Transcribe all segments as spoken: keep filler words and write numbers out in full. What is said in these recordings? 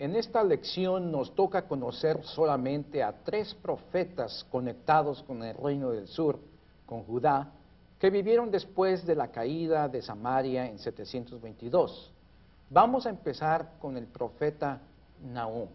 En esta lección nos toca conocer solamente a tres profetas conectados con el reino del sur, con Judá, que vivieron después de la caída de Samaria en setecientos veintidós. Vamos a empezar con el profeta Nahum.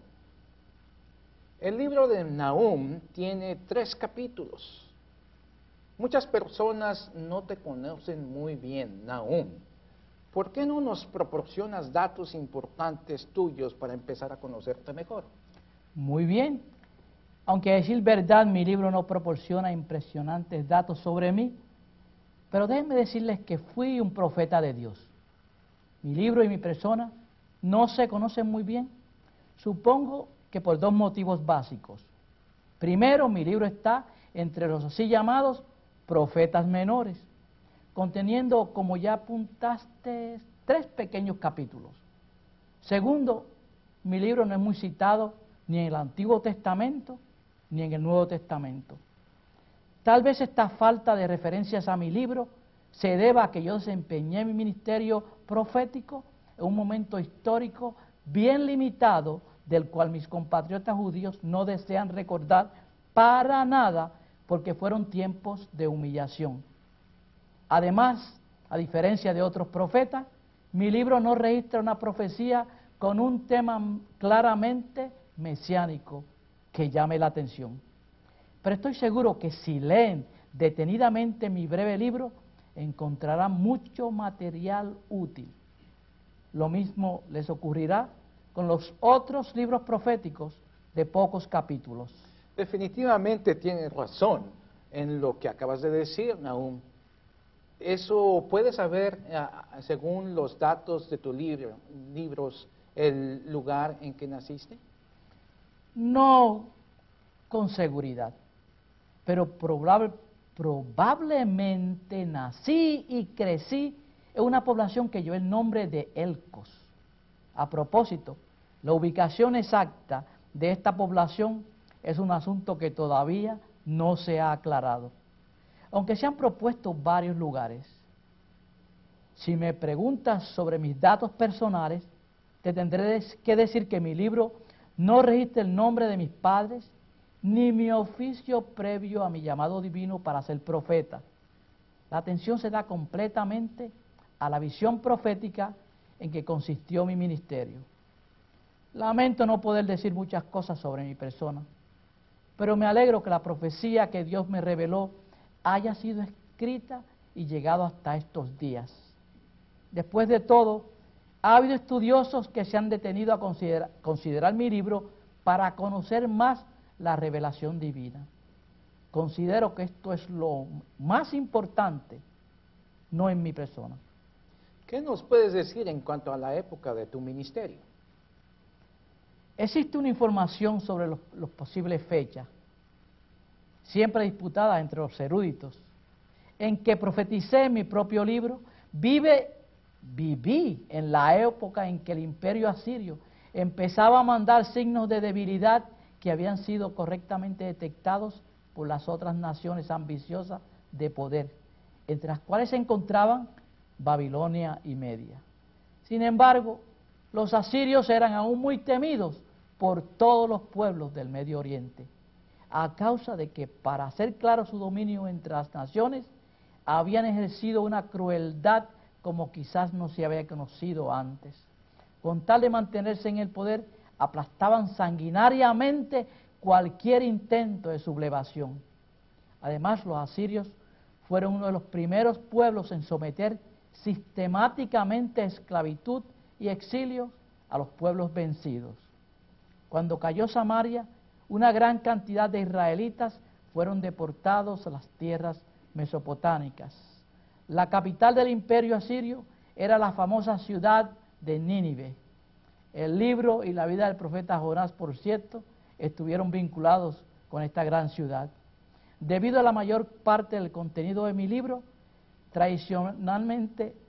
El libro de Nahum tiene tres capítulos. Muchas personas no te conocen muy bien, Nahum. ¿Por qué no nos proporcionas datos importantes tuyos para empezar a conocerte mejor? Muy bien. Aunque a decir verdad, mi libro no proporciona impresionantes datos sobre mí, pero déjenme decirles que fui un profeta de Dios. Mi libro y mi persona no se conocen muy bien, supongo que por dos motivos básicos. Primero, mi libro está entre los así llamados profetas menores, conteniendo, como ya apuntaste, tres pequeños capítulos. Segundo, mi libro no es muy citado ni en el Antiguo Testamento ni en el Nuevo Testamento. Tal vez esta falta de referencias a mi libro se deba a que yo desempeñé mi ministerio profético en un momento histórico bien limitado, del cual mis compatriotas judíos no desean recordar para nada, porque fueron tiempos de humillación. Además, a diferencia de otros profetas, mi libro no registra una profecía con un tema claramente mesiánico que llame la atención. Pero estoy seguro que si leen detenidamente mi breve libro, encontrarán mucho material útil. Lo mismo les ocurrirá con los otros libros proféticos de pocos capítulos. Definitivamente tienes razón en lo que acabas de decir, Nahum. Eso puedes saber, según los datos de tu libro, libros, el lugar en que naciste. No con seguridad, pero probable, probablemente nací y crecí en una población que lleva el nombre de Elcos. A propósito, la ubicación exacta de esta población es un asunto que todavía no se ha aclarado, aunque se han propuesto varios lugares. Si me preguntas sobre mis datos personales, te tendré que decir que mi libro no registra el nombre de mis padres, ni mi oficio previo a mi llamado divino para ser profeta. La atención se da completamente a la visión profética en que consistió mi ministerio. Lamento no poder decir muchas cosas sobre mi persona, pero me alegro que la profecía que Dios me reveló haya sido escrita y llegado hasta estos días. Después de todo, ha habido estudiosos que se han detenido a considerar, considerar mi libro para conocer más la revelación divina. Considero que esto es lo más importante, no en mi persona. ¿Qué nos puedes decir en cuanto a la época de tu ministerio? Existe una información sobre los, los posibles fechas, siempre disputada entre los eruditos, en que profeticé mi propio libro. Vive, viví en la época en que el imperio asirio empezaba a mandar signos de debilidad que habían sido correctamente detectados por las otras naciones ambiciosas de poder, entre las cuales se encontraban Babilonia y Media. Sin embargo, los asirios eran aún muy temidos por todos los pueblos del Medio Oriente, a causa de que, para hacer claro su dominio entre las naciones, habían ejercido una crueldad como quizás no se había conocido antes. Con tal de mantenerse en el poder, aplastaban sanguinariamente cualquier intento de sublevación. Además, los asirios fueron uno de los primeros pueblos en someter sistemáticamente a esclavitud y exilio a los pueblos vencidos. Cuando cayó Samaria, una gran cantidad de israelitas fueron deportados a las tierras mesopotámicas. La capital del imperio asirio era la famosa ciudad de Nínive. El libro y la vida del profeta Jonás, por cierto, estuvieron vinculados con esta gran ciudad. Debido a la mayor parte del contenido de mi libro, tradicionalmente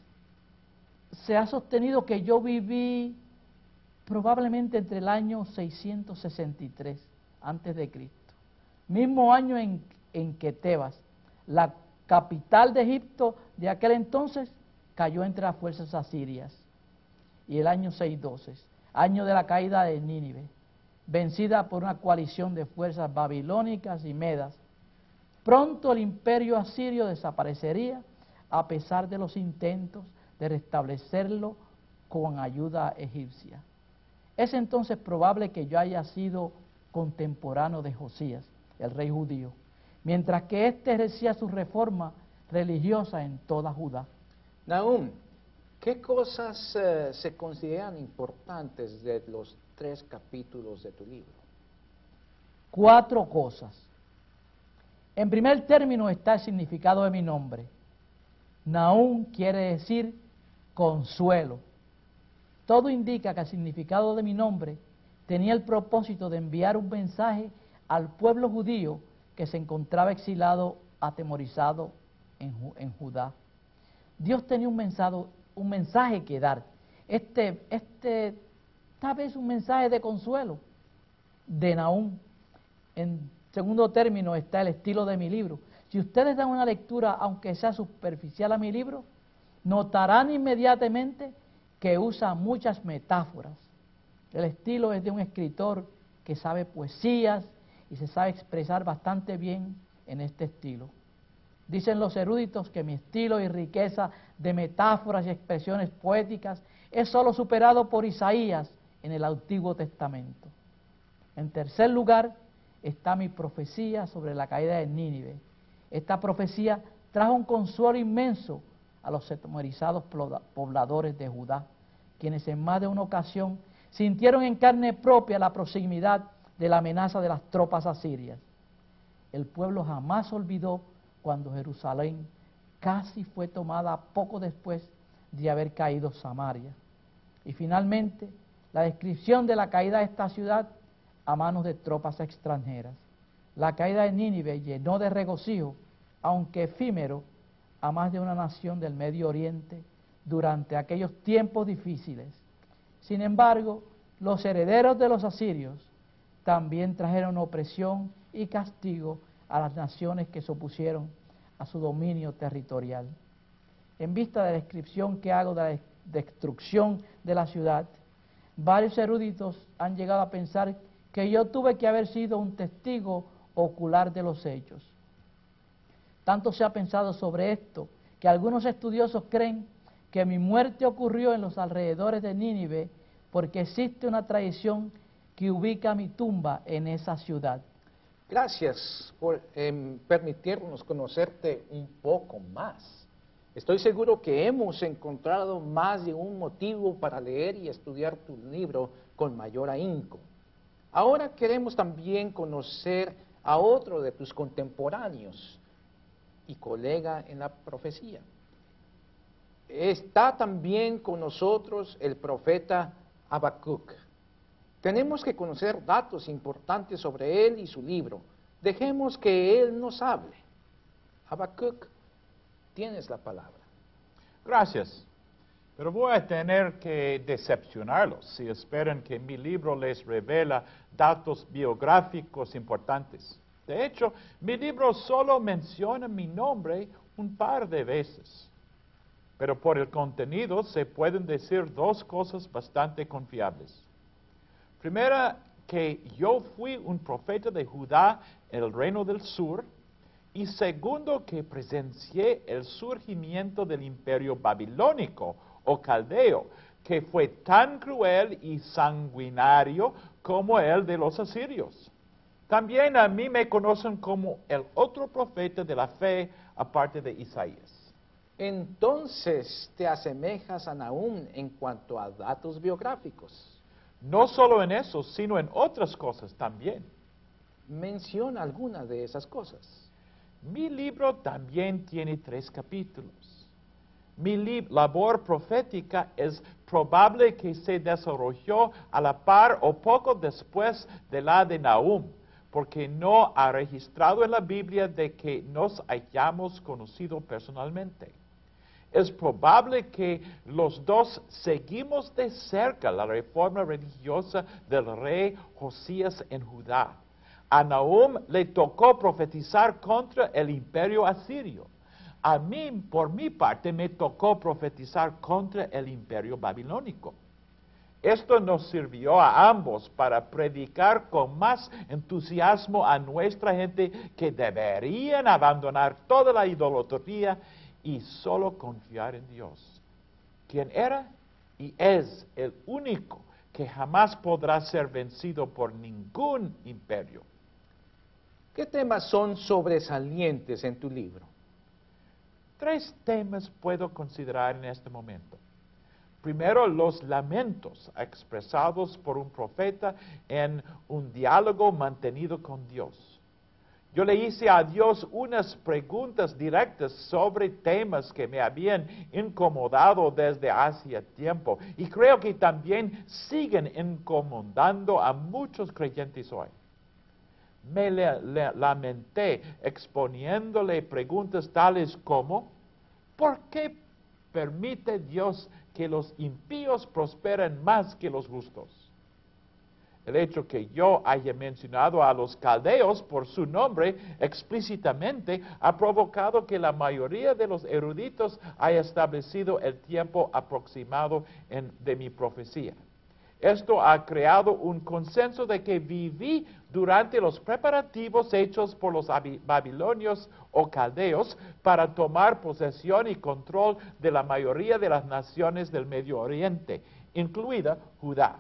se ha sostenido que yo viví probablemente entre el año seiscientos sesenta y tres antes de Cristo, mismo año en, en que Tebas, la capital de Egipto de aquel entonces, cayó entre las fuerzas asirias, y el año seiscientos doce. año de la caída de Nínive, vencida por una coalición de fuerzas babilónicas y medas. Pronto el imperio asirio desaparecería a pesar de los intentos de restablecerlo con ayuda egipcia. Es entonces probable que yo haya sido contemporáneo de Josías, el rey judío, mientras que éste ejercía su reforma religiosa en toda Judá. Nahum, ¿qué cosas eh, se consideran importantes de los tres capítulos de tu libro? Cuatro cosas. En primer término está el significado de mi nombre. Nahum quiere decir consuelo. Todo indica que el significado de mi nombre tenía el propósito de enviar un mensaje al pueblo judío que se encontraba exilado, atemorizado en, en Judá. Dios tenía un mensaje, un mensaje que dar. Este, este, tal vez un mensaje de consuelo de Nahum. En segundo término está el estilo de mi libro. Si ustedes dan una lectura, aunque sea superficial a mi libro, notarán inmediatamente que usa muchas metáforas. El estilo es de un escritor que sabe poesías y se sabe expresar bastante bien en este estilo. Dicen los eruditos que mi estilo y riqueza de metáforas y expresiones poéticas es solo superado por Isaías en el Antiguo Testamento. En tercer lugar está mi profecía sobre la caída de Nínive. Esta profecía trajo un consuelo inmenso a los atemorizados pobladores de Judá, quienes en más de una ocasión sintieron en carne propia la proximidad de la amenaza de las tropas asirias. El pueblo jamás olvidó cuando Jerusalén casi fue tomada poco después de haber caído Samaria. Y finalmente, la descripción de la caída de esta ciudad a manos de tropas extranjeras. La caída de Nínive llenó de regocijo, aunque efímero, a más de una nación del Medio Oriente durante aquellos tiempos difíciles. Sin embargo, los herederos de los asirios también trajeron opresión y castigo a las naciones que se opusieron a su dominio territorial. En vista de la descripción que hago de la destrucción de la ciudad, varios eruditos han llegado a pensar que yo tuve que haber sido un testigo ocular de los hechos. Tanto se ha pensado sobre esto que algunos estudiosos creen que mi muerte ocurrió en los alrededores de Nínive porque existe una tradición que ubica mi tumba en esa ciudad. Gracias por eh, permitirnos conocerte un poco más. Estoy seguro que hemos encontrado más de un motivo para leer y estudiar tu libro con mayor ahínco. Ahora queremos también conocer a otro de tus contemporáneos y colega en la profecía. Está también con nosotros el profeta Habacuc. Tenemos que conocer datos importantes sobre él y su libro. Dejemos que él nos hable. Habacuc, tienes la palabra. Gracias. Pero voy a tener que decepcionarlos si esperan que mi libro les revela datos biográficos importantes. De hecho, mi libro solo menciona mi nombre un par de veces. Pero por el contenido se pueden decir dos cosas bastante confiables. Primera, que yo fui un profeta de Judá en el reino del sur. Y segundo, que presencié el surgimiento del imperio babilónico o caldeo, que fue tan cruel y sanguinario como el de los asirios. También a mí me conocen como el otro profeta de la fe, aparte de Isaías. Entonces te asemejas a Nahum en cuanto a datos biográficos. No solo en eso, sino en otras cosas también. Menciona algunas de esas cosas. Mi libro también tiene tres capítulos. Mi labor profética es probable que se desarrolló a la par o poco después de la de Nahum, porque no ha registrado en la Biblia de que nos hayamos conocido personalmente. Es probable que los dos seguimos de cerca la reforma religiosa del rey Josías en Judá. A Nahum le tocó profetizar contra el imperio asirio. A mí, por mi parte, me tocó profetizar contra el imperio babilónico. Esto nos sirvió a ambos para predicar con más entusiasmo a nuestra gente que deberían abandonar toda la idolatría y solo confiar en Dios, quien era y es el único que jamás podrá ser vencido por ningún imperio. ¿Qué temas son sobresalientes en tu libro? Tres temas puedo considerar en este momento. Primero, los lamentos expresados por un profeta en un diálogo mantenido con Dios. Yo le hice a Dios unas preguntas directas sobre temas que me habían incomodado desde hacía tiempo y creo que también siguen incomodando a muchos creyentes hoy. Me le, le, lamenté exponiéndole preguntas tales como, ¿por qué permite Dios que los impíos prosperen más que los justos? El hecho que yo haya mencionado a los caldeos por su nombre explícitamente ha provocado que la mayoría de los eruditos haya establecido el tiempo aproximado en, de mi profecía. Esto ha creado un consenso de que viví durante los preparativos hechos por los babilonios o caldeos para tomar posesión y control de la mayoría de las naciones del Medio Oriente, incluida Judá.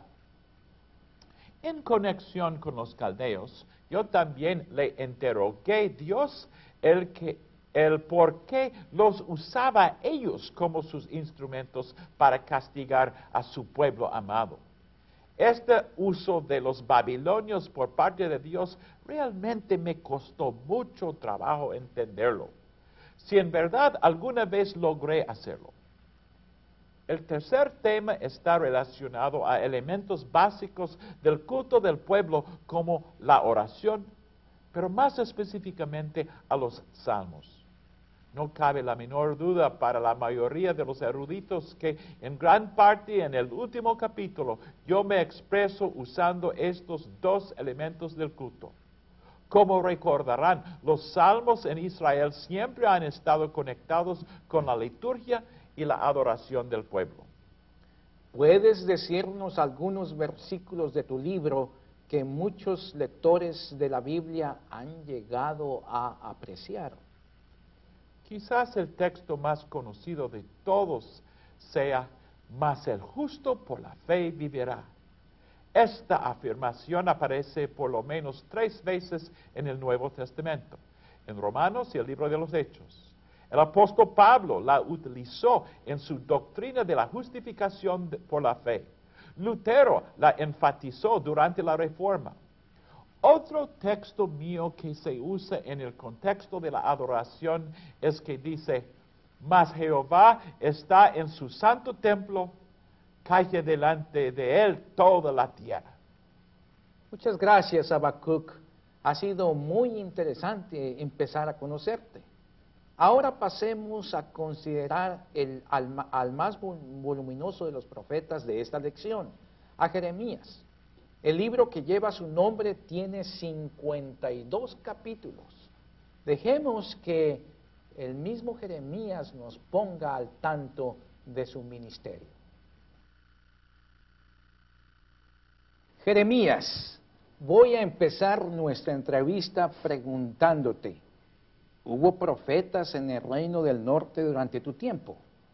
En conexión con los caldeos, yo también le interrogué a Dios el, que, el por qué los usaba ellos como sus instrumentos para castigar a su pueblo amado. Este uso de los babilonios por parte de Dios realmente me costó mucho trabajo entenderlo, si en verdad alguna vez logré hacerlo. El tercer tema está relacionado a elementos básicos del culto del pueblo como la oración, pero más específicamente a los salmos. No cabe la menor duda para la mayoría de los eruditos que en gran parte en el último capítulo yo me expreso usando estos dos elementos del culto. Como recordarán, los salmos en Israel siempre han estado conectados con la liturgia y la adoración del pueblo. ¿Puedes decirnos algunos versículos de tu libro que muchos lectores de la Biblia han llegado a apreciar? Quizás el texto más conocido de todos sea, mas el justo por la fe vivirá. Esta afirmación aparece por lo menos tres veces en el Nuevo Testamento, en Romanos y el libro de los Hechos. El apóstol Pablo la utilizó en su doctrina de la justificación de, por la fe. Lutero la enfatizó durante la Reforma. Otro texto mío que se usa en el contexto de la adoración es que dice, mas Jehová está en su santo templo, calle delante de él toda la tierra. Muchas gracias, Habacuc. Ha sido muy interesante empezar a conocerte. Ahora pasemos a considerar el, al, al más voluminoso de los profetas de esta lección, a Jeremías. El libro que lleva su nombre tiene cincuenta y dos capítulos. Dejemos que el mismo Jeremías nos ponga al tanto de su ministerio. Jeremías, voy a empezar nuestra entrevista preguntándote, ¿hubo profetas en el reino del norte durante tu tiempo?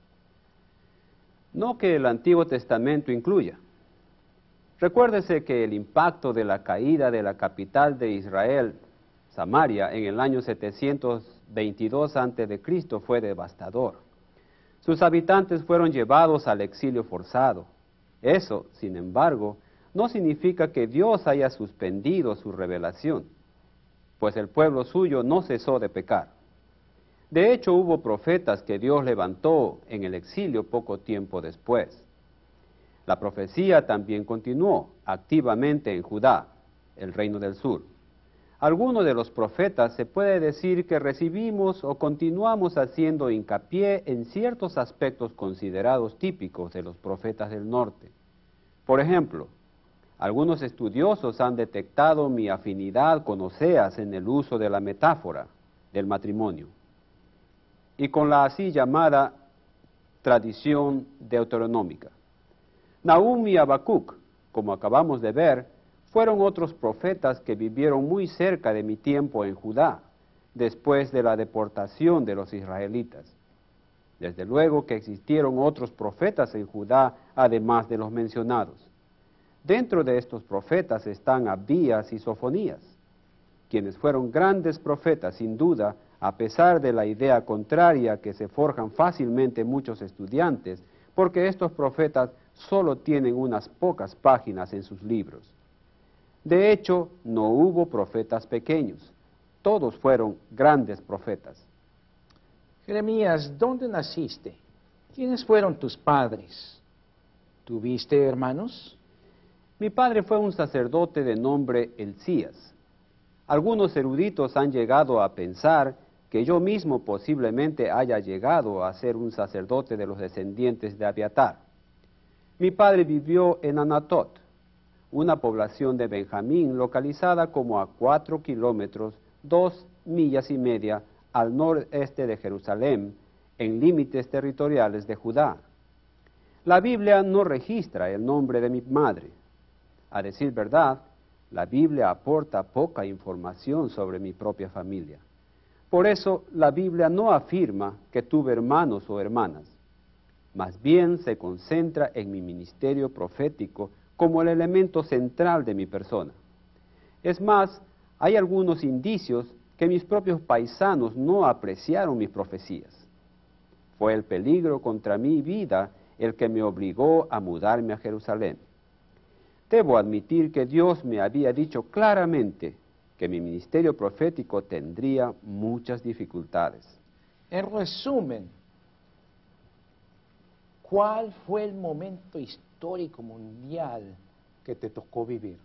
No que el Antiguo Testamento incluya. Recuérdese que el impacto de la caída de la capital de Israel, Samaria, en el año setecientos veintidós antes de Cristo fue devastador. Sus habitantes fueron llevados al exilio forzado. Eso, sin embargo, no significa que Dios haya suspendido su revelación, pues el pueblo suyo no cesó de pecar. De hecho, hubo profetas que Dios levantó en el exilio poco tiempo después. La profecía también continuó activamente en Judá, el reino del sur. Algunos de los profetas se puede decir que recibimos o continuamos haciendo hincapié en ciertos aspectos considerados típicos de los profetas del norte. Por ejemplo, algunos estudiosos han detectado mi afinidad con Oseas en el uso de la metáfora del matrimonio y con la así llamada tradición deuteronómica. Nahum y Habacuc, como acabamos de ver, fueron otros profetas que vivieron muy cerca de mi tiempo en Judá, después de la deportación de los israelitas. Desde luego que existieron otros profetas en Judá, además de los mencionados. Dentro de estos profetas están Abías y Sofonías, quienes fueron grandes profetas, sin duda, a pesar de la idea contraria que se forjan fácilmente muchos estudiantes, porque estos profetas solo tienen unas pocas páginas en sus libros. De hecho, no hubo profetas pequeños, todos fueron grandes profetas. Jeremías, ¿dónde naciste? ¿Quiénes fueron tus padres? ¿Tuviste hermanos? Mi padre fue un sacerdote de nombre Elcías. Algunos eruditos han llegado a pensar que yo mismo posiblemente haya llegado a ser un sacerdote de los descendientes de Abiatar. Mi padre vivió en Anatot, una población de Benjamín localizada como a cuatro kilómetros, dos millas y media al noreste de Jerusalén, en límites territoriales de Judá. La Biblia no registra el nombre de mi madre. A decir verdad, la Biblia aporta poca información sobre mi propia familia. Por eso, la Biblia no afirma que tuve hermanos o hermanas. Más bien se concentra en mi ministerio profético como el elemento central de mi persona. Es más, hay algunos indicios que mis propios paisanos no apreciaron mis profecías. Fue el peligro contra mi vida el que me obligó a mudarme a Jerusalén. Debo admitir que Dios me había dicho claramente que mi ministerio profético tendría muchas dificultades. En resumen, ¿cuál fue el momento histórico mundial que te tocó vivir?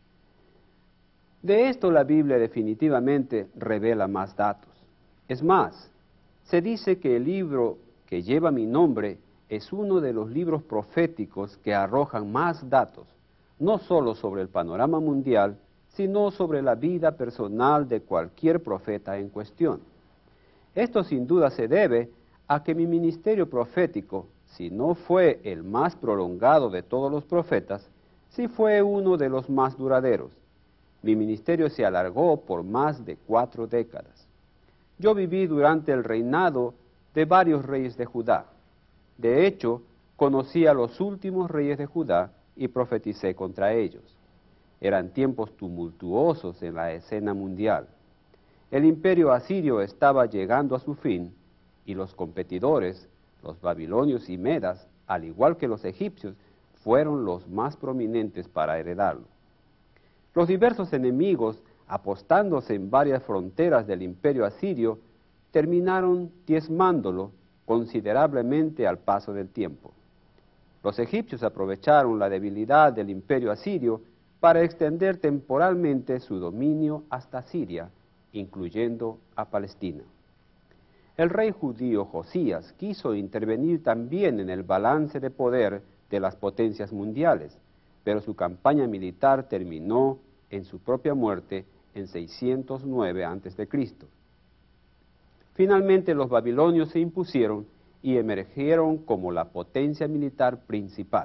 De esto la Biblia definitivamente revela más datos. Es más, se dice que el libro que lleva mi nombre es uno de los libros proféticos que arrojan más datos, no solo sobre el panorama mundial, sino sobre la vida personal de cualquier profeta en cuestión. Esto sin duda se debe a que mi ministerio profético, si no fue el más prolongado de todos los profetas, sí fue uno de los más duraderos. Mi ministerio se alargó por más de cuatro décadas. Yo viví durante el reinado de varios reyes de Judá. De hecho, conocí a los últimos reyes de Judá y profeticé contra ellos. Eran tiempos tumultuosos en la escena mundial. El imperio asirio estaba llegando a su fin y los competidores, los babilonios y medas, al igual que los egipcios, fueron los más prominentes para heredarlo. Los diversos enemigos, apostándose en varias fronteras del imperio asirio, terminaron diezmándolo considerablemente al paso del tiempo. Los egipcios aprovecharon la debilidad del imperio asirio para extender temporalmente su dominio hasta Siria, incluyendo a Palestina. El rey judío Josías quiso intervenir también en el balance de poder de las potencias mundiales, pero su campaña militar terminó en su propia muerte en seiscientos nueve antes de Cristo. Finalmente los babilonios se impusieron y emergieron como la potencia militar principal.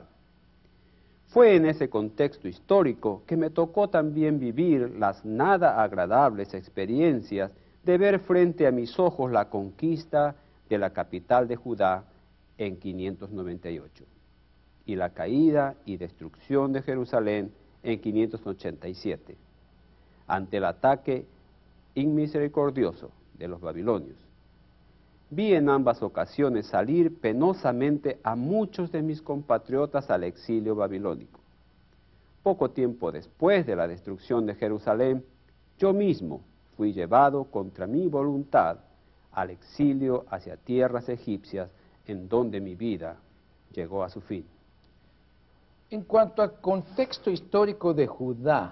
Fue en ese contexto histórico que me tocó también vivir las nada agradables experiencias de ver frente a mis ojos la conquista de la capital de Judá en quinientos noventa y ocho y la caída y destrucción de Jerusalén en quinientos ochenta y siete, ante el ataque inmisericordioso de los babilonios. Vi en ambas ocasiones salir penosamente a muchos de mis compatriotas al exilio babilónico. Poco tiempo después de la destrucción de Jerusalén, yo mismo fui llevado contra mi voluntad al exilio hacia tierras egipcias, en donde mi vida llegó a su fin. En cuanto al contexto histórico de Judá,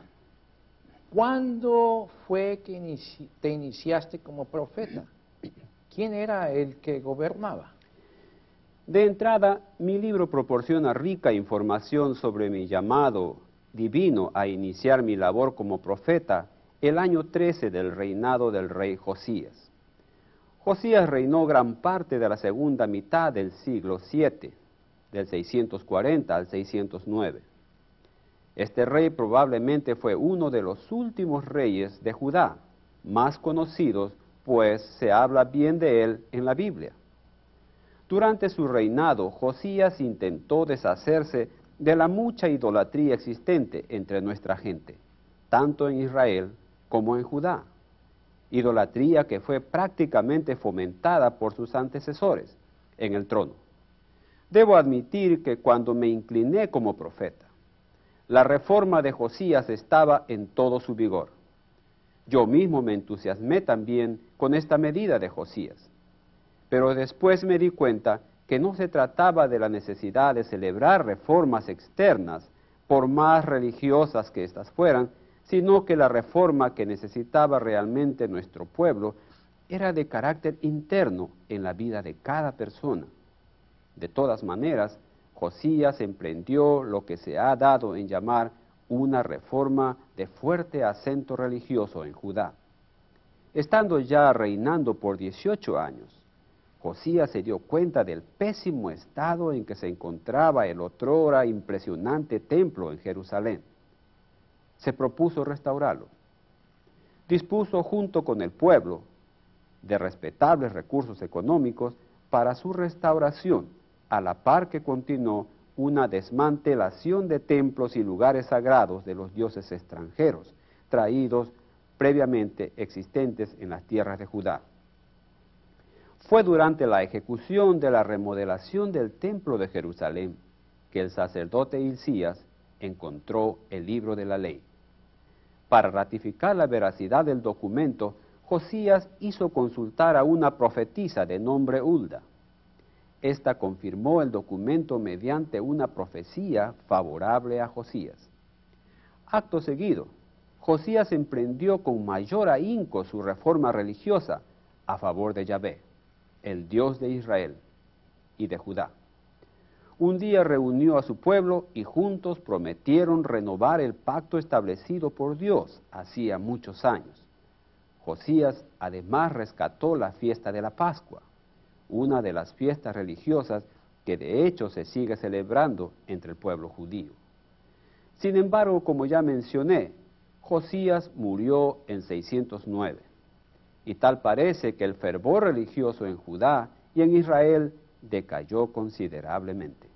¿cuándo fue que inici- te iniciaste como profeta? ¿Quién era el que gobernaba? De entrada, mi libro proporciona rica información sobre mi llamado divino a iniciar mi labor como profeta el año trece del reinado del rey Josías. Josías reinó gran parte de la segunda mitad del siglo siete. del seiscientos cuarenta al seiscientos nueve. Este rey probablemente fue uno de los últimos reyes de Judá, más conocidos, pues se habla bien de él en la Biblia. Durante su reinado, Josías intentó deshacerse de la mucha idolatría existente entre nuestra gente, tanto en Israel como en Judá, idolatría que fue prácticamente fomentada por sus antecesores en el trono. Debo admitir que cuando me incliné como profeta, la reforma de Josías estaba en todo su vigor. Yo mismo me entusiasmé también con esta medida de Josías, pero después me di cuenta que no se trataba de la necesidad de celebrar reformas externas, por más religiosas que éstas fueran, sino que la reforma que necesitaba realmente nuestro pueblo era de carácter interno en la vida de cada persona. De todas maneras, Josías emprendió lo que se ha dado en llamar una reforma de fuerte acento religioso en Judá. Estando ya reinando por dieciocho años, Josías se dio cuenta del pésimo estado en que se encontraba el otrora impresionante templo en Jerusalén. Se propuso restaurarlo. Dispuso junto con el pueblo de respetables recursos económicos para su restauración, a la par que continuó una desmantelación de templos y lugares sagrados de los dioses extranjeros, traídos previamente existentes en las tierras de Judá. Fue durante la ejecución de la remodelación del templo de Jerusalén que el sacerdote Hilcías encontró el libro de la ley. Para ratificar la veracidad del documento, Josías hizo consultar a una profetisa de nombre Hulda. Esta confirmó el documento mediante una profecía favorable a Josías. Acto seguido, Josías emprendió con mayor ahínco su reforma religiosa a favor de Yahvé, el Dios de Israel y de Judá. Un día reunió a su pueblo y juntos prometieron renovar el pacto establecido por Dios hacía muchos años. Josías además rescató la fiesta de la Pascua, una de las fiestas religiosas que de hecho se sigue celebrando entre el pueblo judío. Sin embargo, como ya mencioné, Josías murió en seiscientos nueve, y tal parece que el fervor religioso en Judá y en Israel decayó considerablemente.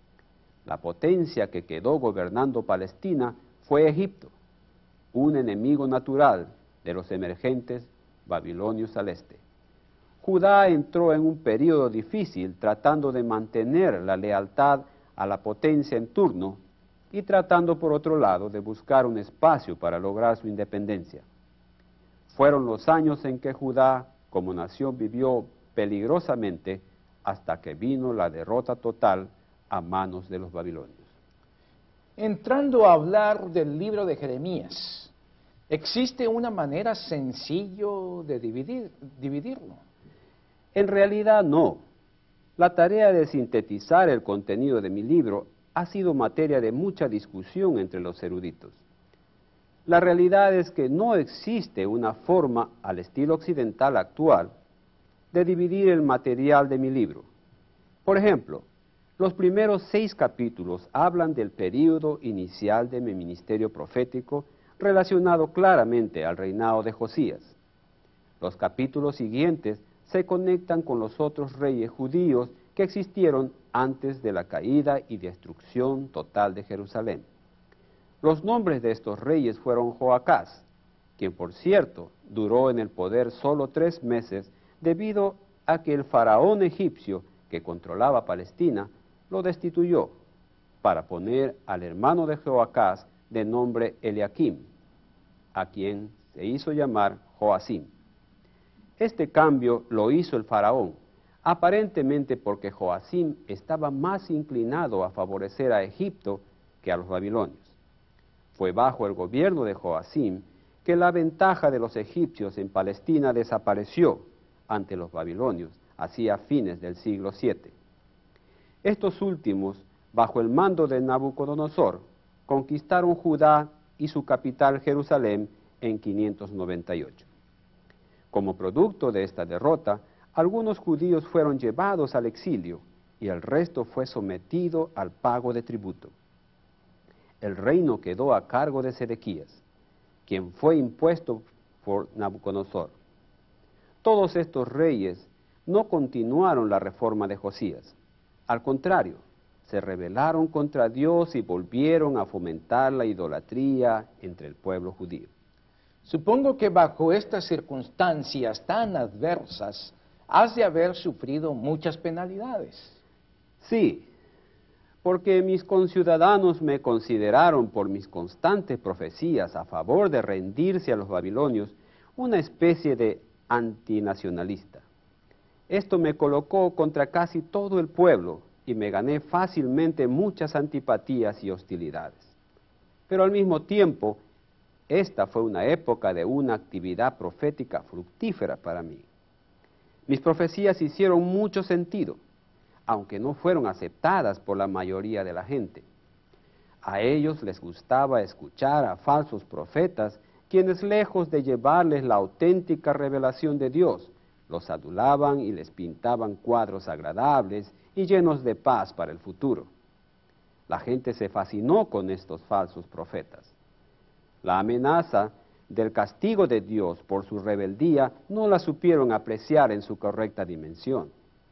La potencia que quedó gobernando Palestina fue Egipto, un enemigo natural de los emergentes babilonios al este. Judá entró en un período difícil tratando de mantener la lealtad a la potencia en turno y tratando por otro lado de buscar un espacio para lograr su independencia. Fueron los años en que Judá como nación vivió peligrosamente hasta que vino la derrota total a manos de los babilonios. Entrando a hablar del libro de Jeremías, ¿existe una manera sencilla de dividir, dividirlo? En realidad no. La tarea de sintetizar el contenido de mi libro ha sido materia de mucha discusión entre los eruditos. La realidad es que no existe una forma al estilo occidental actual de dividir el material de mi libro. Por ejemplo, los primeros seis capítulos hablan del período inicial de mi ministerio profético relacionado claramente al reinado de Josías. Los capítulos siguientes se conectan con los otros reyes judíos que existieron antes de la caída y destrucción total de Jerusalén. Los nombres de estos reyes fueron Joacás, quien por cierto duró en el poder solo tres meses debido a que el faraón egipcio que controlaba Palestina lo destituyó para poner al hermano de Joacás de nombre Eliakim, a quien se hizo llamar Joacim. Este cambio lo hizo el faraón, aparentemente porque Joacim estaba más inclinado a favorecer a Egipto que a los babilonios. Fue bajo el gobierno de Joacim que la ventaja de los egipcios en Palestina desapareció ante los babilonios hacia fines del siglo siete. Estos últimos, bajo el mando de Nabucodonosor, conquistaron Judá y su capital Jerusalén en quinientos noventa y ocho. Como producto de esta derrota, algunos judíos fueron llevados al exilio y el resto fue sometido al pago de tributo. El reino quedó a cargo de Sedequías, quien fue impuesto por Nabucodonosor. Todos estos reyes no continuaron la reforma de Josías. Al contrario, se rebelaron contra Dios y volvieron a fomentar la idolatría entre el pueblo judío. Supongo que bajo estas circunstancias tan adversas, has de haber sufrido muchas penalidades. Sí, porque mis conciudadanos me consideraron por mis constantes profecías a favor de rendirse a los babilonios una especie de antinacionalista. Esto me colocó contra casi todo el pueblo y me gané fácilmente muchas antipatías y hostilidades. Pero al mismo tiempo, esta fue una época de una actividad profética fructífera para mí. Mis profecías hicieron mucho sentido, aunque no fueron aceptadas por la mayoría de la gente. A ellos les gustaba escuchar a falsos profetas, quienes lejos de llevarles la auténtica revelación de Dios, los adulaban y les pintaban cuadros agradables y llenos de paz para el futuro. La gente se fascinó con estos falsos profetas. La amenaza del castigo de Dios por su rebeldía no la supieron apreciar en su correcta dimensión.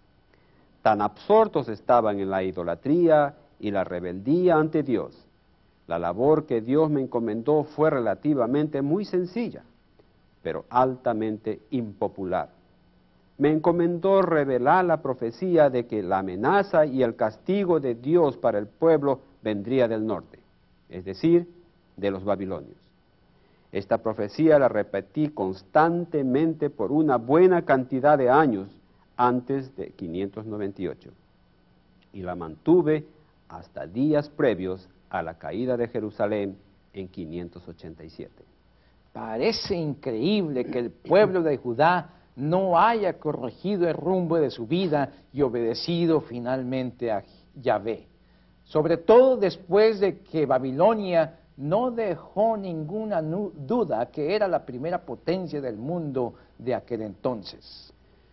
Tan absortos estaban en la idolatría y la rebeldía ante Dios. La labor que Dios me encomendó fue relativamente muy sencilla, pero altamente impopular. Me encomendó revelar la profecía de que la amenaza y el castigo de Dios para el pueblo vendría del norte, es decir, de los babilonios. Esta profecía la repetí constantemente por una buena cantidad de años antes de quinientos noventa y ocho, y la mantuve hasta días previos a la caída de Jerusalén en quinientos ochenta y siete. Parece increíble que el pueblo de Judá no haya corregido el rumbo de su vida y obedecido finalmente a Yahvé, sobre todo después de que Babilonia no dejó ninguna duda que era la primera potencia del mundo de aquel entonces.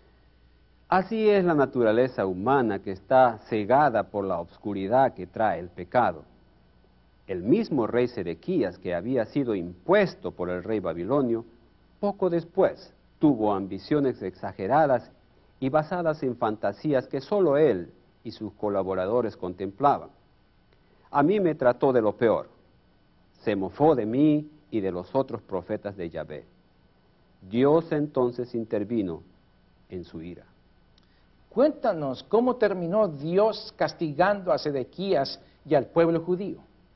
Así es la naturaleza humana, que está cegada por la obscuridad que trae el pecado. El mismo rey Sedequías, que había sido impuesto por el rey babilonio, poco después tuvo ambiciones exageradas y basadas en fantasías que solo él y sus colaboradores contemplaban. A mí me trató de lo peor. Se mofó de mí y de los otros profetas de Yahvé. Dios entonces intervino en su ira. Cuéntanos cómo terminó Dios castigando a Sedequías y al pueblo judío.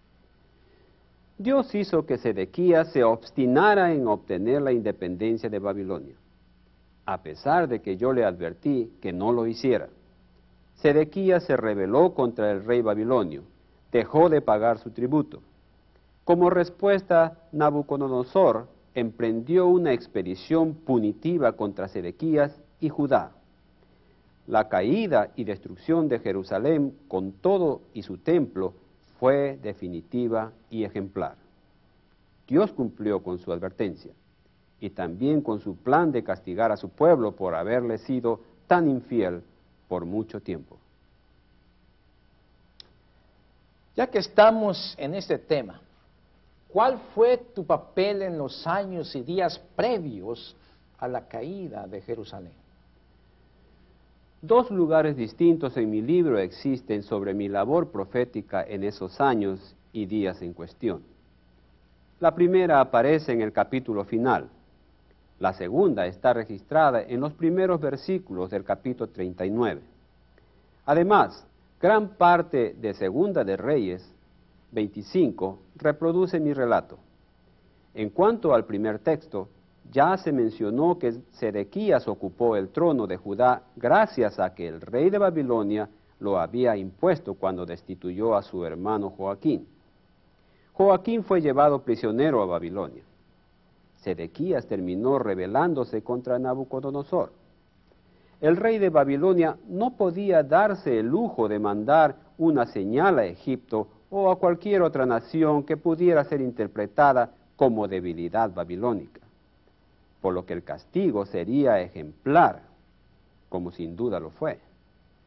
Dios hizo que Sedequías se obstinara en obtener la independencia de Babilonia, a pesar de que yo le advertí que no lo hiciera. Sedequías se rebeló contra el rey babilonio, dejó de pagar su tributo. Como respuesta, Nabucodonosor emprendió una expedición punitiva contra Sedequías y Judá. La caída y destrucción de Jerusalén con todo y su templo fue definitiva y ejemplar. Dios cumplió con su advertencia y también con su plan de castigar a su pueblo por haberle sido tan infiel por mucho tiempo. Ya que estamos en este tema, ¿cuál fue tu papel en los años y días previos a la caída de Jerusalén? Dos lugares distintos en mi libro existen sobre mi labor profética en esos años y días en cuestión. La primera aparece en el capítulo final. La segunda está registrada en los primeros versículos del capítulo treinta y nueve. Además, gran parte de Segunda de Reyes veinticinco reproduce mi relato. En cuanto al primer texto, ya se mencionó que Sedequías ocupó el trono de Judá gracias a que el rey de Babilonia lo había impuesto cuando destituyó a su hermano Joaquín. Joaquín fue llevado prisionero a Babilonia. Sedequías terminó rebelándose contra Nabucodonosor. El rey de Babilonia no podía darse el lujo de mandar una señal a Egipto o a cualquier otra nación que pudiera ser interpretada como debilidad babilónica, por lo que el castigo sería ejemplar, como sin duda lo fue.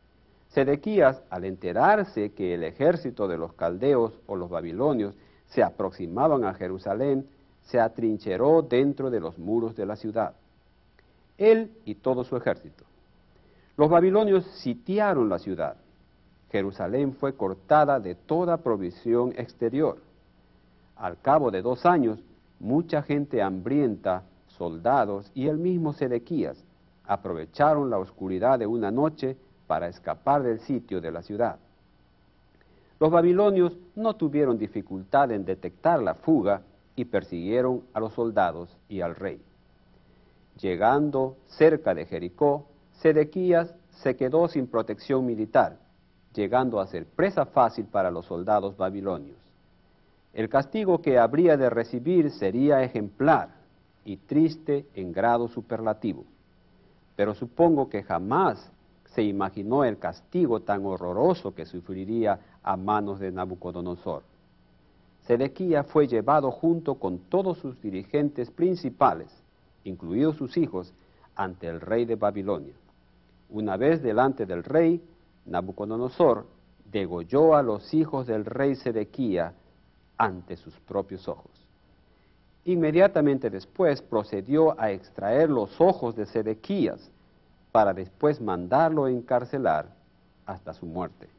Sedequías, al enterarse que el ejército de los caldeos o los babilonios se aproximaban a Jerusalén, se atrincheró dentro de los muros de la ciudad, él y todo su ejército. Los babilonios sitiaron la ciudad. Jerusalén fue cortada de toda provisión exterior. Al cabo de dos años, mucha gente hambrienta, soldados y el mismo Sedequías aprovecharon la oscuridad de una noche para escapar del sitio de la ciudad. Los babilonios no tuvieron dificultad en detectar la fuga y persiguieron a los soldados y al rey. Llegando cerca de Jericó, Sedequías se quedó sin protección militar, llegando a ser presa fácil para los soldados babilonios. El castigo que habría de recibir sería ejemplar y triste en grado superlativo, pero supongo que jamás se imaginó el castigo tan horroroso que sufriría a manos de Nabucodonosor. Sedequías fue llevado junto con todos sus dirigentes principales, incluidos sus hijos, ante el rey de Babilonia. Una vez delante del rey, Nabucodonosor degolló a los hijos del rey Sedequías ante sus propios ojos. Inmediatamente después procedió a extraer los ojos de Sedequías para después mandarlo encarcelar hasta su muerte.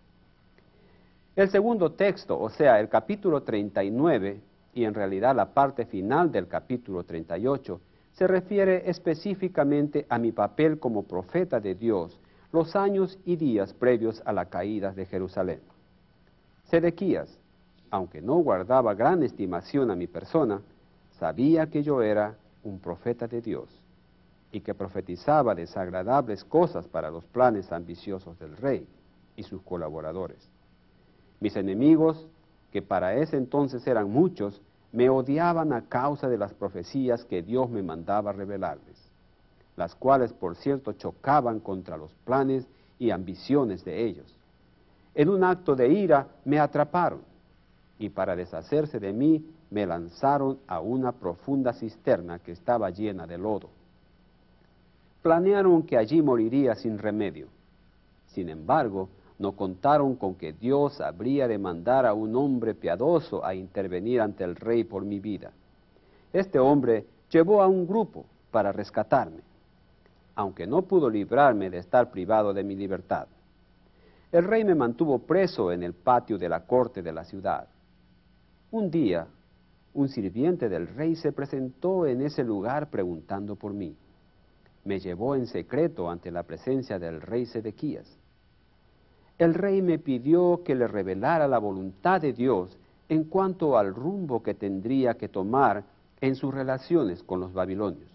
El segundo texto, o sea, el capítulo treinta y nueve, y en realidad la parte final del capítulo treinta y ocho, se refiere específicamente a mi papel como profeta de Dios los años y días previos a la caída de Jerusalén. Sedequías, aunque no guardaba gran estimación a mi persona, sabía que yo era un profeta de Dios y que profetizaba desagradables cosas para los planes ambiciosos del rey y sus colaboradores. Mis enemigos, que para ese entonces eran muchos, me odiaban a causa de las profecías que Dios me mandaba revelarles, las cuales, por cierto, chocaban contra los planes y ambiciones de ellos. En un acto de ira me atraparon, y para deshacerse de mí me lanzaron a una profunda cisterna que estaba llena de lodo. Planearon que allí moriría sin remedio. Sin embargo, no contaron con que Dios habría de mandar a un hombre piadoso a intervenir ante el rey por mi vida. Este hombre llevó a un grupo para rescatarme, aunque no pudo librarme de estar privado de mi libertad. El rey me mantuvo preso en el patio de la corte de la ciudad. Un día, un sirviente del rey se presentó en ese lugar preguntando por mí. Me llevó en secreto ante la presencia del rey Sedequías. El rey me pidió que le revelara la voluntad de Dios en cuanto al rumbo que tendría que tomar en sus relaciones con los babilonios.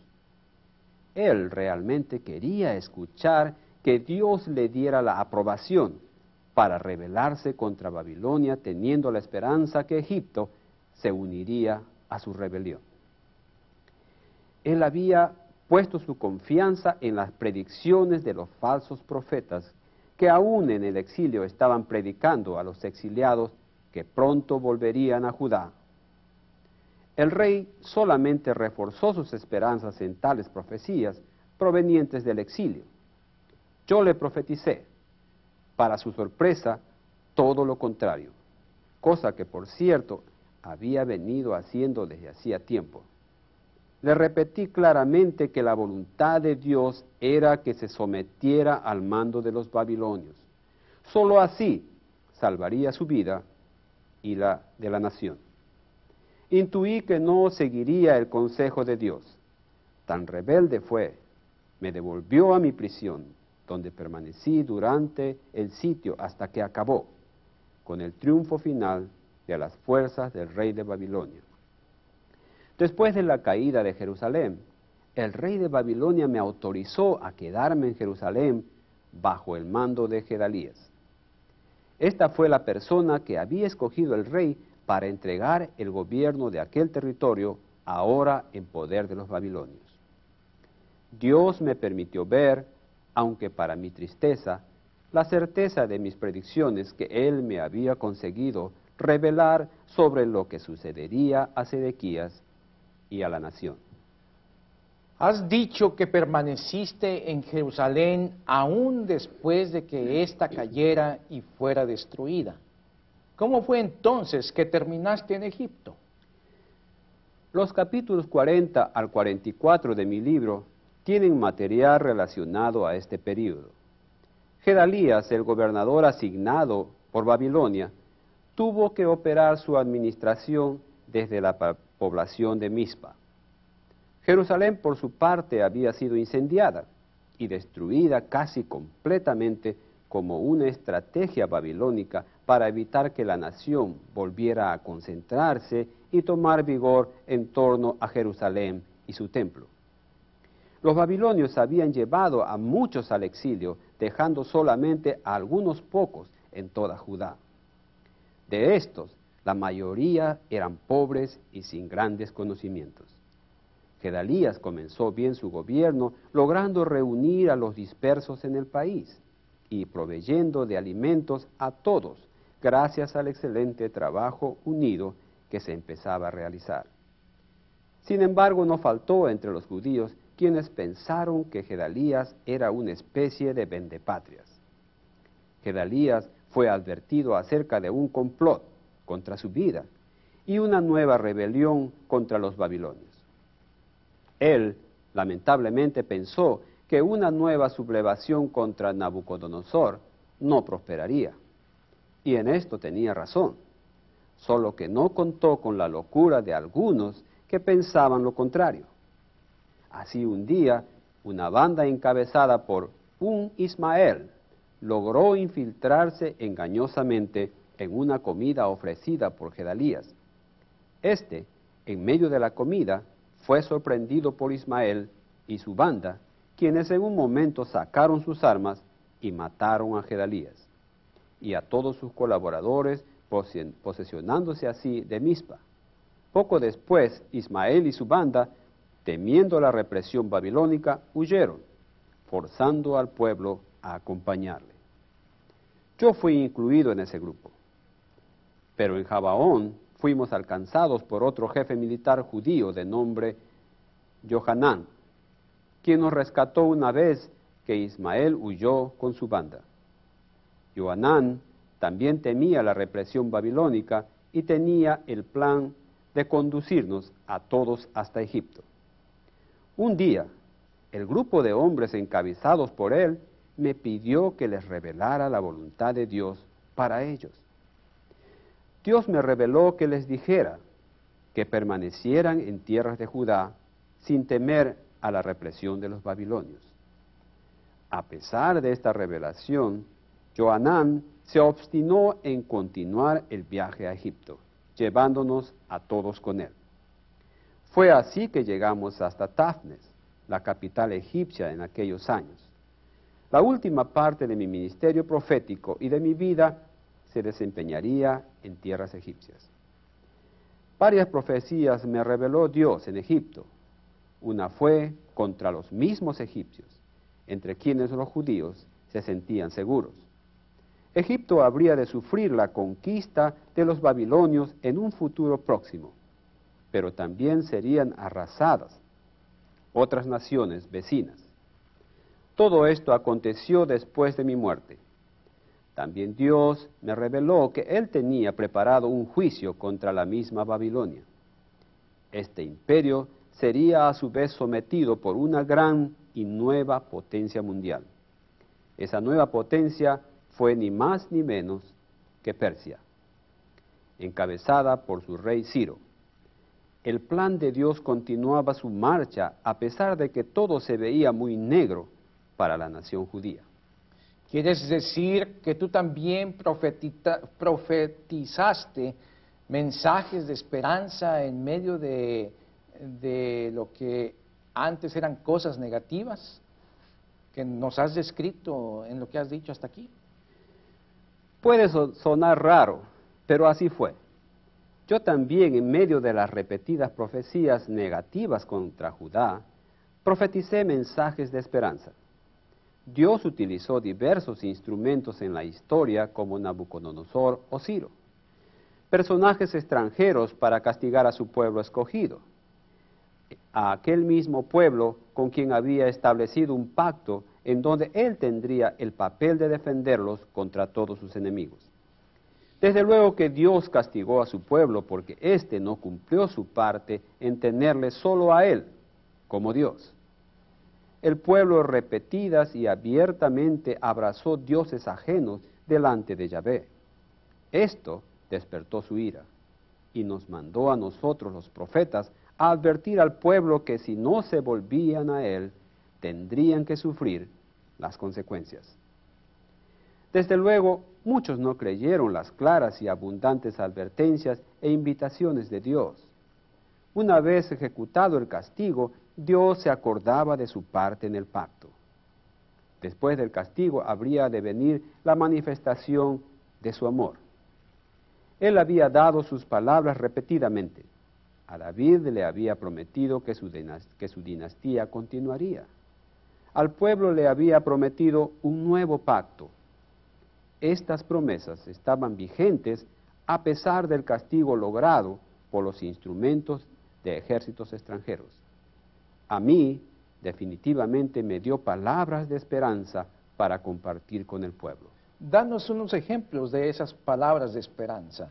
Él realmente quería escuchar que Dios le diera la aprobación para rebelarse contra Babilonia, teniendo la esperanza que Egipto se uniría a su rebelión. Él había puesto su confianza en las predicciones de los falsos profetas que aún en el exilio estaban predicando a los exiliados que pronto volverían a Judá. El rey solamente reforzó sus esperanzas en tales profecías provenientes del exilio. Yo le profeticé, para su sorpresa, todo lo contrario, cosa que por cierto había venido haciendo desde hacía tiempo. Le repetí claramente que la voluntad de Dios era que se sometiera al mando de los babilonios. Solo así salvaría su vida y la de la nación. Intuí que no seguiría el consejo de Dios. Tan rebelde fue, me devolvió a mi prisión, donde permanecí durante el sitio hasta que acabó, con el triunfo final de las fuerzas del rey de Babilonia. Después de la caída de Jerusalén, el rey de Babilonia me autorizó a quedarme en Jerusalén bajo el mando de Gedalías. Esta fue la persona que había escogido el rey para entregar el gobierno de aquel territorio ahora en poder de los babilonios. Dios me permitió ver, aunque para mi tristeza, la certeza de mis predicciones que Él me había conseguido revelar sobre lo que sucedería a Sedequías y a la nación. Has dicho que permaneciste en Jerusalén aún después de que ésta cayera y fuera destruida. ¿Cómo fue entonces que terminaste en Egipto? Los capítulos cuarenta al cuarenta y cuatro de mi libro tienen material relacionado a este período. Gedalías, el gobernador asignado por Babilonia, tuvo que operar su administración desde la población de Mizpa. Jerusalén, por su parte, había sido incendiada y destruida casi completamente como una estrategia babilónica para evitar que la nación volviera a concentrarse y tomar vigor en torno a Jerusalén y su templo. Los babilonios habían llevado a muchos al exilio, dejando solamente a algunos pocos en toda Judá. De estos, la mayoría eran pobres y sin grandes conocimientos. Gedalías comenzó bien su gobierno, logrando reunir a los dispersos en el país y proveyendo de alimentos a todos, gracias al excelente trabajo unido que se empezaba a realizar. Sin embargo, no faltó entre los judíos quienes pensaron que Gedalías era una especie de vendepatrias. Gedalías fue advertido acerca de un complot contra su vida y una nueva rebelión contra los babilonios. Él, lamentablemente, pensó que una nueva sublevación contra Nabucodonosor no prosperaría. Y en esto tenía razón, solo que no contó con la locura de algunos que pensaban lo contrario. Así un día, una banda encabezada por un Ismael logró infiltrarse engañosamente en una comida ofrecida por Gedalías. Este, en medio de la comida, fue sorprendido por Ismael y su banda, quienes en un momento sacaron sus armas y mataron a Gedalías y a todos sus colaboradores, posesionándose así de Mizpa. Poco después, Ismael y su banda, temiendo la represión babilónica, huyeron, forzando al pueblo a acompañarle. Yo fui incluido en ese grupo, pero en Gabaón fuimos alcanzados por otro jefe militar judío de nombre Johanán, quien nos rescató una vez que Ismael huyó con su banda. Johanán también temía la represión babilónica y tenía el plan de conducirnos a todos hasta Egipto. Un día, el grupo de hombres encabezados por él me pidió que les revelara la voluntad de Dios para ellos. Dios me reveló que les dijera que permanecieran en tierras de Judá sin temer a la represión de los babilonios. A pesar de esta revelación, Johanán se obstinó en continuar el viaje a Egipto, llevándonos a todos con él. Fue así que llegamos hasta Tafnes, la capital egipcia en aquellos años. La última parte de mi ministerio profético y de mi vida se desempeñaría en tierras egipcias. Varias profecías me reveló Dios en Egipto. Una fue contra los mismos egipcios, entre quienes los judíos se sentían seguros. Egipto habría de sufrir la conquista de los babilonios en un futuro próximo, pero también serían arrasadas otras naciones vecinas. Todo esto aconteció después de mi muerte. También Dios me reveló que Él tenía preparado un juicio contra la misma Babilonia. Este imperio sería a su vez sometido por una gran y nueva potencia mundial. Esa nueva potencia fue ni más ni menos que Persia, encabezada por su rey Ciro. El plan de Dios continuaba su marcha a pesar de que todo se veía muy negro para la nación judía. ¿Quieres decir que tú también profetizaste mensajes de esperanza en medio de, de lo que antes eran cosas negativas que nos has descrito en lo que has dicho hasta aquí? Puede sonar raro, pero así fue. Yo también, en medio de las repetidas profecías negativas contra Judá, profeticé mensajes de esperanza. Dios utilizó diversos instrumentos en la historia como Nabucodonosor o Ciro, personajes extranjeros para castigar a su pueblo escogido. a aquel mismo pueblo con quien había establecido un pacto en donde él tendría el papel de defenderlos contra todos sus enemigos. Desde luego que Dios castigó a su pueblo porque éste no cumplió su parte en tenerle solo a él como Dios. El pueblo repetidas y abiertamente abrazó dioses ajenos delante de Yahvé. Esto despertó su ira y nos mandó a nosotros los profetas a advertir al pueblo que si no se volvían a él, tendrían que sufrir las consecuencias. Desde luego, muchos no creyeron las claras y abundantes advertencias e invitaciones de Dios. Una vez ejecutado el castigo, Dios se acordaba de su parte en el pacto. Después del castigo habría de venir la manifestación de su amor. Él había dado sus palabras repetidamente. A David le había prometido que su, que su dinastía continuaría. Al pueblo le había prometido un nuevo pacto. Estas promesas estaban vigentes a pesar del castigo logrado por los instrumentos de ejércitos extranjeros. A mí, definitivamente, me dio palabras de esperanza para compartir con el pueblo. Danos unos ejemplos de esas palabras de esperanza.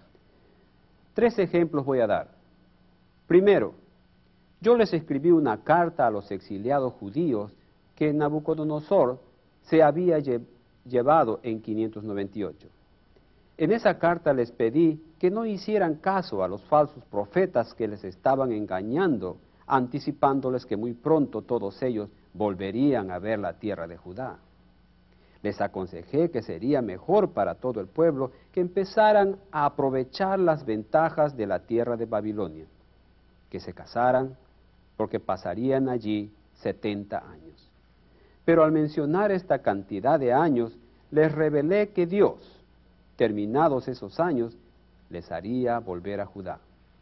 Tres ejemplos voy a dar. Primero, yo les escribí una carta a los exiliados judíos que Nabucodonosor se había lle llevado en quinientos noventa y ocho. En esa carta les pedí que no hicieran caso a los falsos profetas que les estaban engañando, anticipándoles que muy pronto todos ellos volverían a ver la tierra de Judá. Les aconsejé que sería mejor para todo el pueblo que empezaran a aprovechar las ventajas de la tierra de Babilonia, que se casaran, porque pasarían allí setenta años. Pero al mencionar esta cantidad de años, les revelé que Dios, terminados esos años, les haría volver a Judá.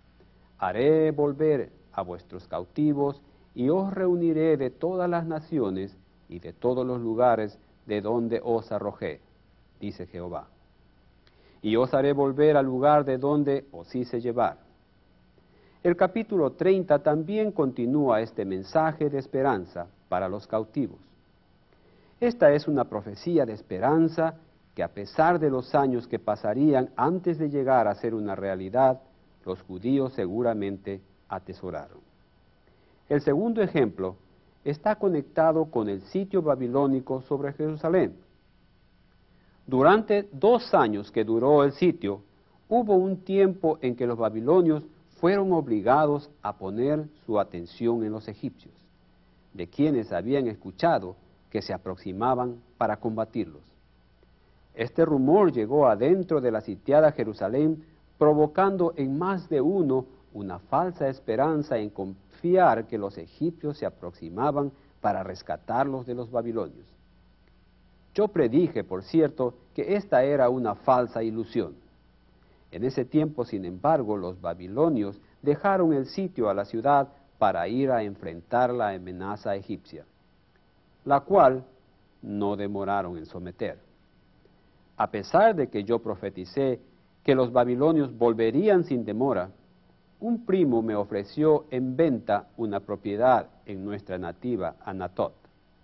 Haré volver a vuestros cautivos y os reuniré de todas las naciones y de todos los lugares de donde os arrojé, dice Jehová. Y os haré volver al lugar de donde os hice llevar. El capítulo treinta también continúa este mensaje de esperanza para los cautivos. Esta es una profecía de esperanza que a pesar de los años que pasarían antes de llegar a ser una realidad, los judíos seguramente atesoraron. El segundo ejemplo está conectado con el sitio babilónico sobre Jerusalén. Durante dos años que duró el sitio, hubo un tiempo en que los babilonios fueron obligados a poner su atención en los egipcios, de quienes habían escuchado que se aproximaban para combatirlos. Este rumor llegó adentro de la sitiada Jerusalén, provocando en más de uno una falsa esperanza en confiar que los egipcios se aproximaban para rescatarlos de los babilonios. Yo predije, por cierto, que esta era una falsa ilusión. En ese tiempo, sin embargo, los babilonios dejaron el sitio a la ciudad para ir a enfrentar la amenaza egipcia, la cual no demoraron en someter. A pesar de que yo profeticé que los babilonios volverían sin demora, un primo me ofreció en venta una propiedad en nuestra nativa Anatot.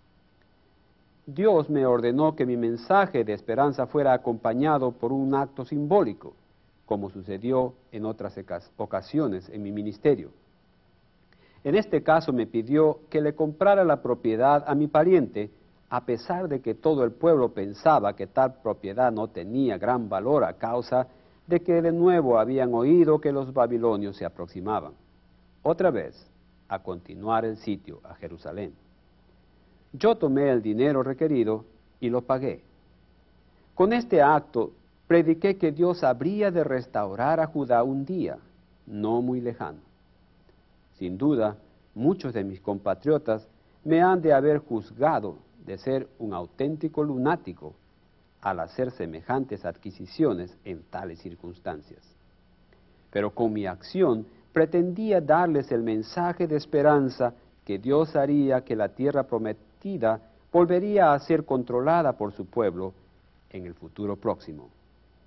Dios me ordenó que mi mensaje de esperanza fuera acompañado por un acto simbólico, como sucedió en otras ocasiones en mi ministerio. En este caso me pidió que le comprara la propiedad a mi pariente, a pesar de que todo el pueblo pensaba que tal propiedad no tenía gran valor a causa de que de nuevo habían oído que los babilonios se aproximaban, otra vez, a continuar el sitio a Jerusalén. Yo tomé el dinero requerido y lo pagué. Con este acto, prediqué que Dios habría de restaurar a Judá un día, no muy lejano. Sin duda, muchos de mis compatriotas me han de haber juzgado de ser un auténtico lunático al hacer semejantes adquisiciones en tales circunstancias. Pero con mi acción pretendía darles el mensaje de esperanza que Dios haría que la tierra prometida volvería a ser controlada por su pueblo en el futuro próximo.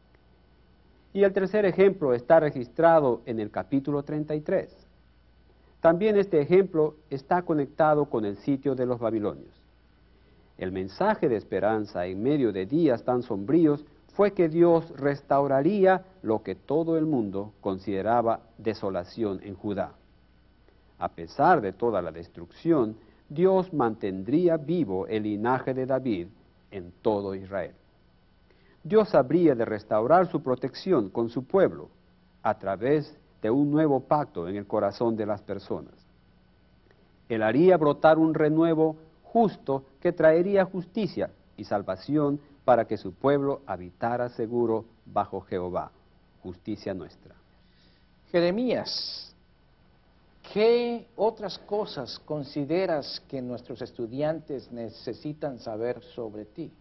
Y el tercer ejemplo está registrado en el capítulo treinta y tres. También este ejemplo está conectado con el sitio de los babilonios. El mensaje de esperanza en medio de días tan sombríos fue que Dios restauraría lo que todo el mundo consideraba desolación en Judá. A pesar de toda la destrucción, Dios mantendría vivo el linaje de David en todo Israel. Dios habría de restaurar su protección con su pueblo a través de un nuevo pacto en el corazón de las personas. Él haría brotar un renuevo justo que traería justicia y salvación para que su pueblo habitara seguro bajo Jehová, justicia nuestra. Jeremías, ¿qué otras cosas consideras que nuestros estudiantes necesitan saber sobre ti?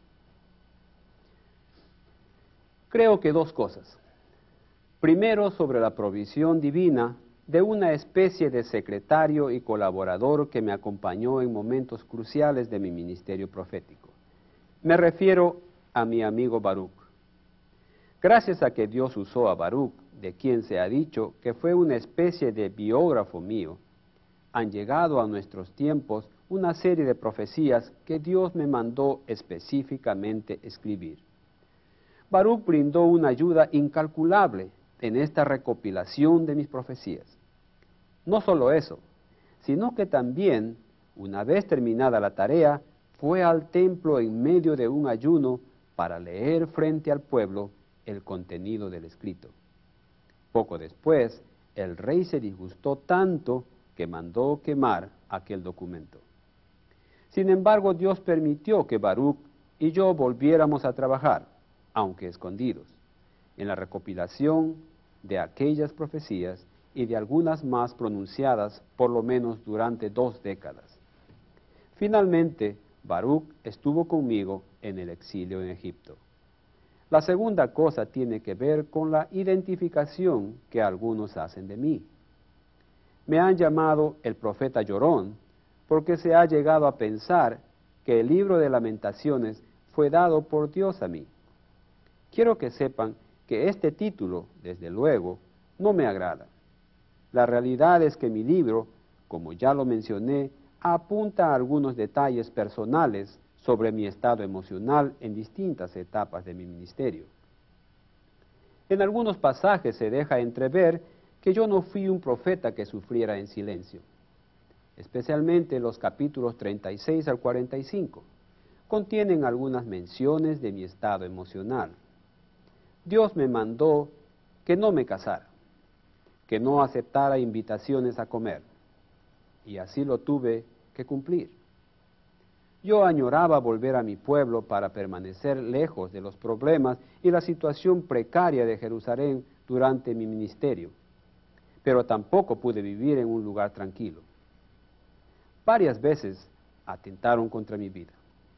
Creo que dos cosas. Primero, sobre la provisión divina de una especie de secretario y colaborador que me acompañó en momentos cruciales de mi ministerio profético. Me refiero a mi amigo Baruch. Gracias a que Dios usó a Baruch, de quien se ha dicho que fue una especie de biógrafo mío, han llegado a nuestros tiempos una serie de profecías que Dios me mandó específicamente escribir. Baruch brindó una ayuda incalculable en esta recopilación de mis profecías. No solo eso, sino que también, una vez terminada la tarea, fue al templo en medio de un ayuno para leer frente al pueblo el contenido del escrito. Poco después, el rey se disgustó tanto que mandó quemar aquel documento. Sin embargo, Dios permitió que Baruch y yo volviéramos a trabajar, aunque escondidos, en la recopilación de aquellas profecías y de algunas más pronunciadas por lo menos durante dos décadas. Finalmente, Baruch estuvo conmigo en el exilio en Egipto. La segunda cosa tiene que ver con la identificación que algunos hacen de mí. Me han llamado el profeta llorón porque se ha llegado a pensar que el libro de Lamentaciones fue dado por Dios a mí. Quiero que sepan que este título, desde luego, no me agrada. La realidad es que mi libro, como ya lo mencioné, apunta a algunos detalles personales sobre mi estado emocional en distintas etapas de mi ministerio. En algunos pasajes se deja entrever que yo no fui un profeta que sufriera en silencio, especialmente los capítulos treinta y seis al cuarenta y cinco. Contienen algunas menciones de mi estado emocional. Dios me mandó que no me casara, que no aceptara invitaciones a comer, y así lo tuve que cumplir. Yo añoraba volver a mi pueblo para permanecer lejos de los problemas y la situación precaria de Jerusalén durante mi ministerio, pero tampoco pude vivir en un lugar tranquilo. Varias veces atentaron contra mi vida.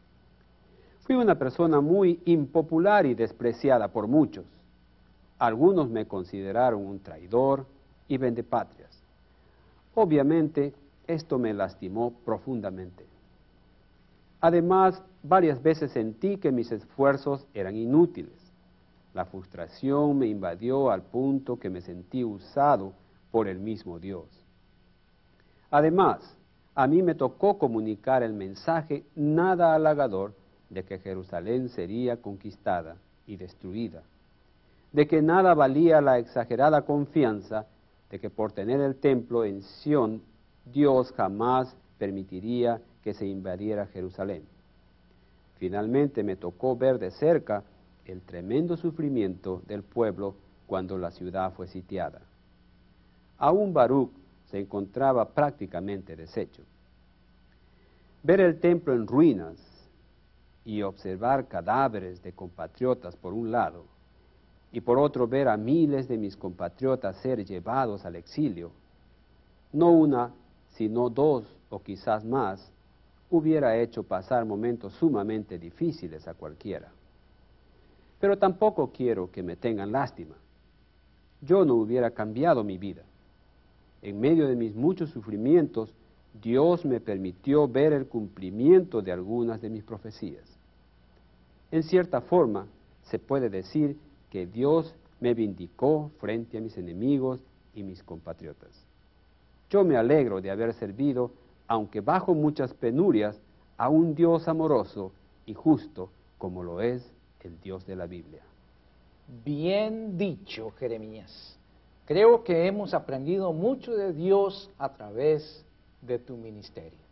Fui una persona muy impopular y despreciada por muchos. Algunos me consideraron un traidor y vendepatrias. Obviamente, esto me lastimó profundamente. Además, varias veces sentí que mis esfuerzos eran inútiles. La frustración me invadió al punto que me sentí usado por el mismo Dios. Además, a mí me tocó comunicar el mensaje nada halagador de que Jerusalén sería conquistada y destruida, de que nada valía la exagerada confianza de que por tener el templo en Sión, Dios jamás permitiría que se invadiera Jerusalén. Finalmente me tocó ver de cerca el tremendo sufrimiento del pueblo cuando la ciudad fue sitiada. Aún Baruch se encontraba prácticamente deshecho. Ver el templo en ruinas y observar cadáveres de compatriotas por un lado, y por otro ver a miles de mis compatriotas ser llevados al exilio, no una, sino dos o quizás más, hubiera hecho pasar momentos sumamente difíciles a cualquiera. Pero tampoco quiero que me tengan lástima. Yo no hubiera cambiado mi vida. En medio de mis muchos sufrimientos, Dios me permitió ver el cumplimiento de algunas de mis profecías. En cierta forma, se puede decir que Dios me vindicó frente a mis enemigos y mis compatriotas. Yo me alegro de haber servido, aunque bajo muchas penurias, a un Dios amoroso y justo como lo es el Dios de la Biblia. Bien dicho, Jeremías. Creo que hemos aprendido mucho de Dios a través de tu ministerio.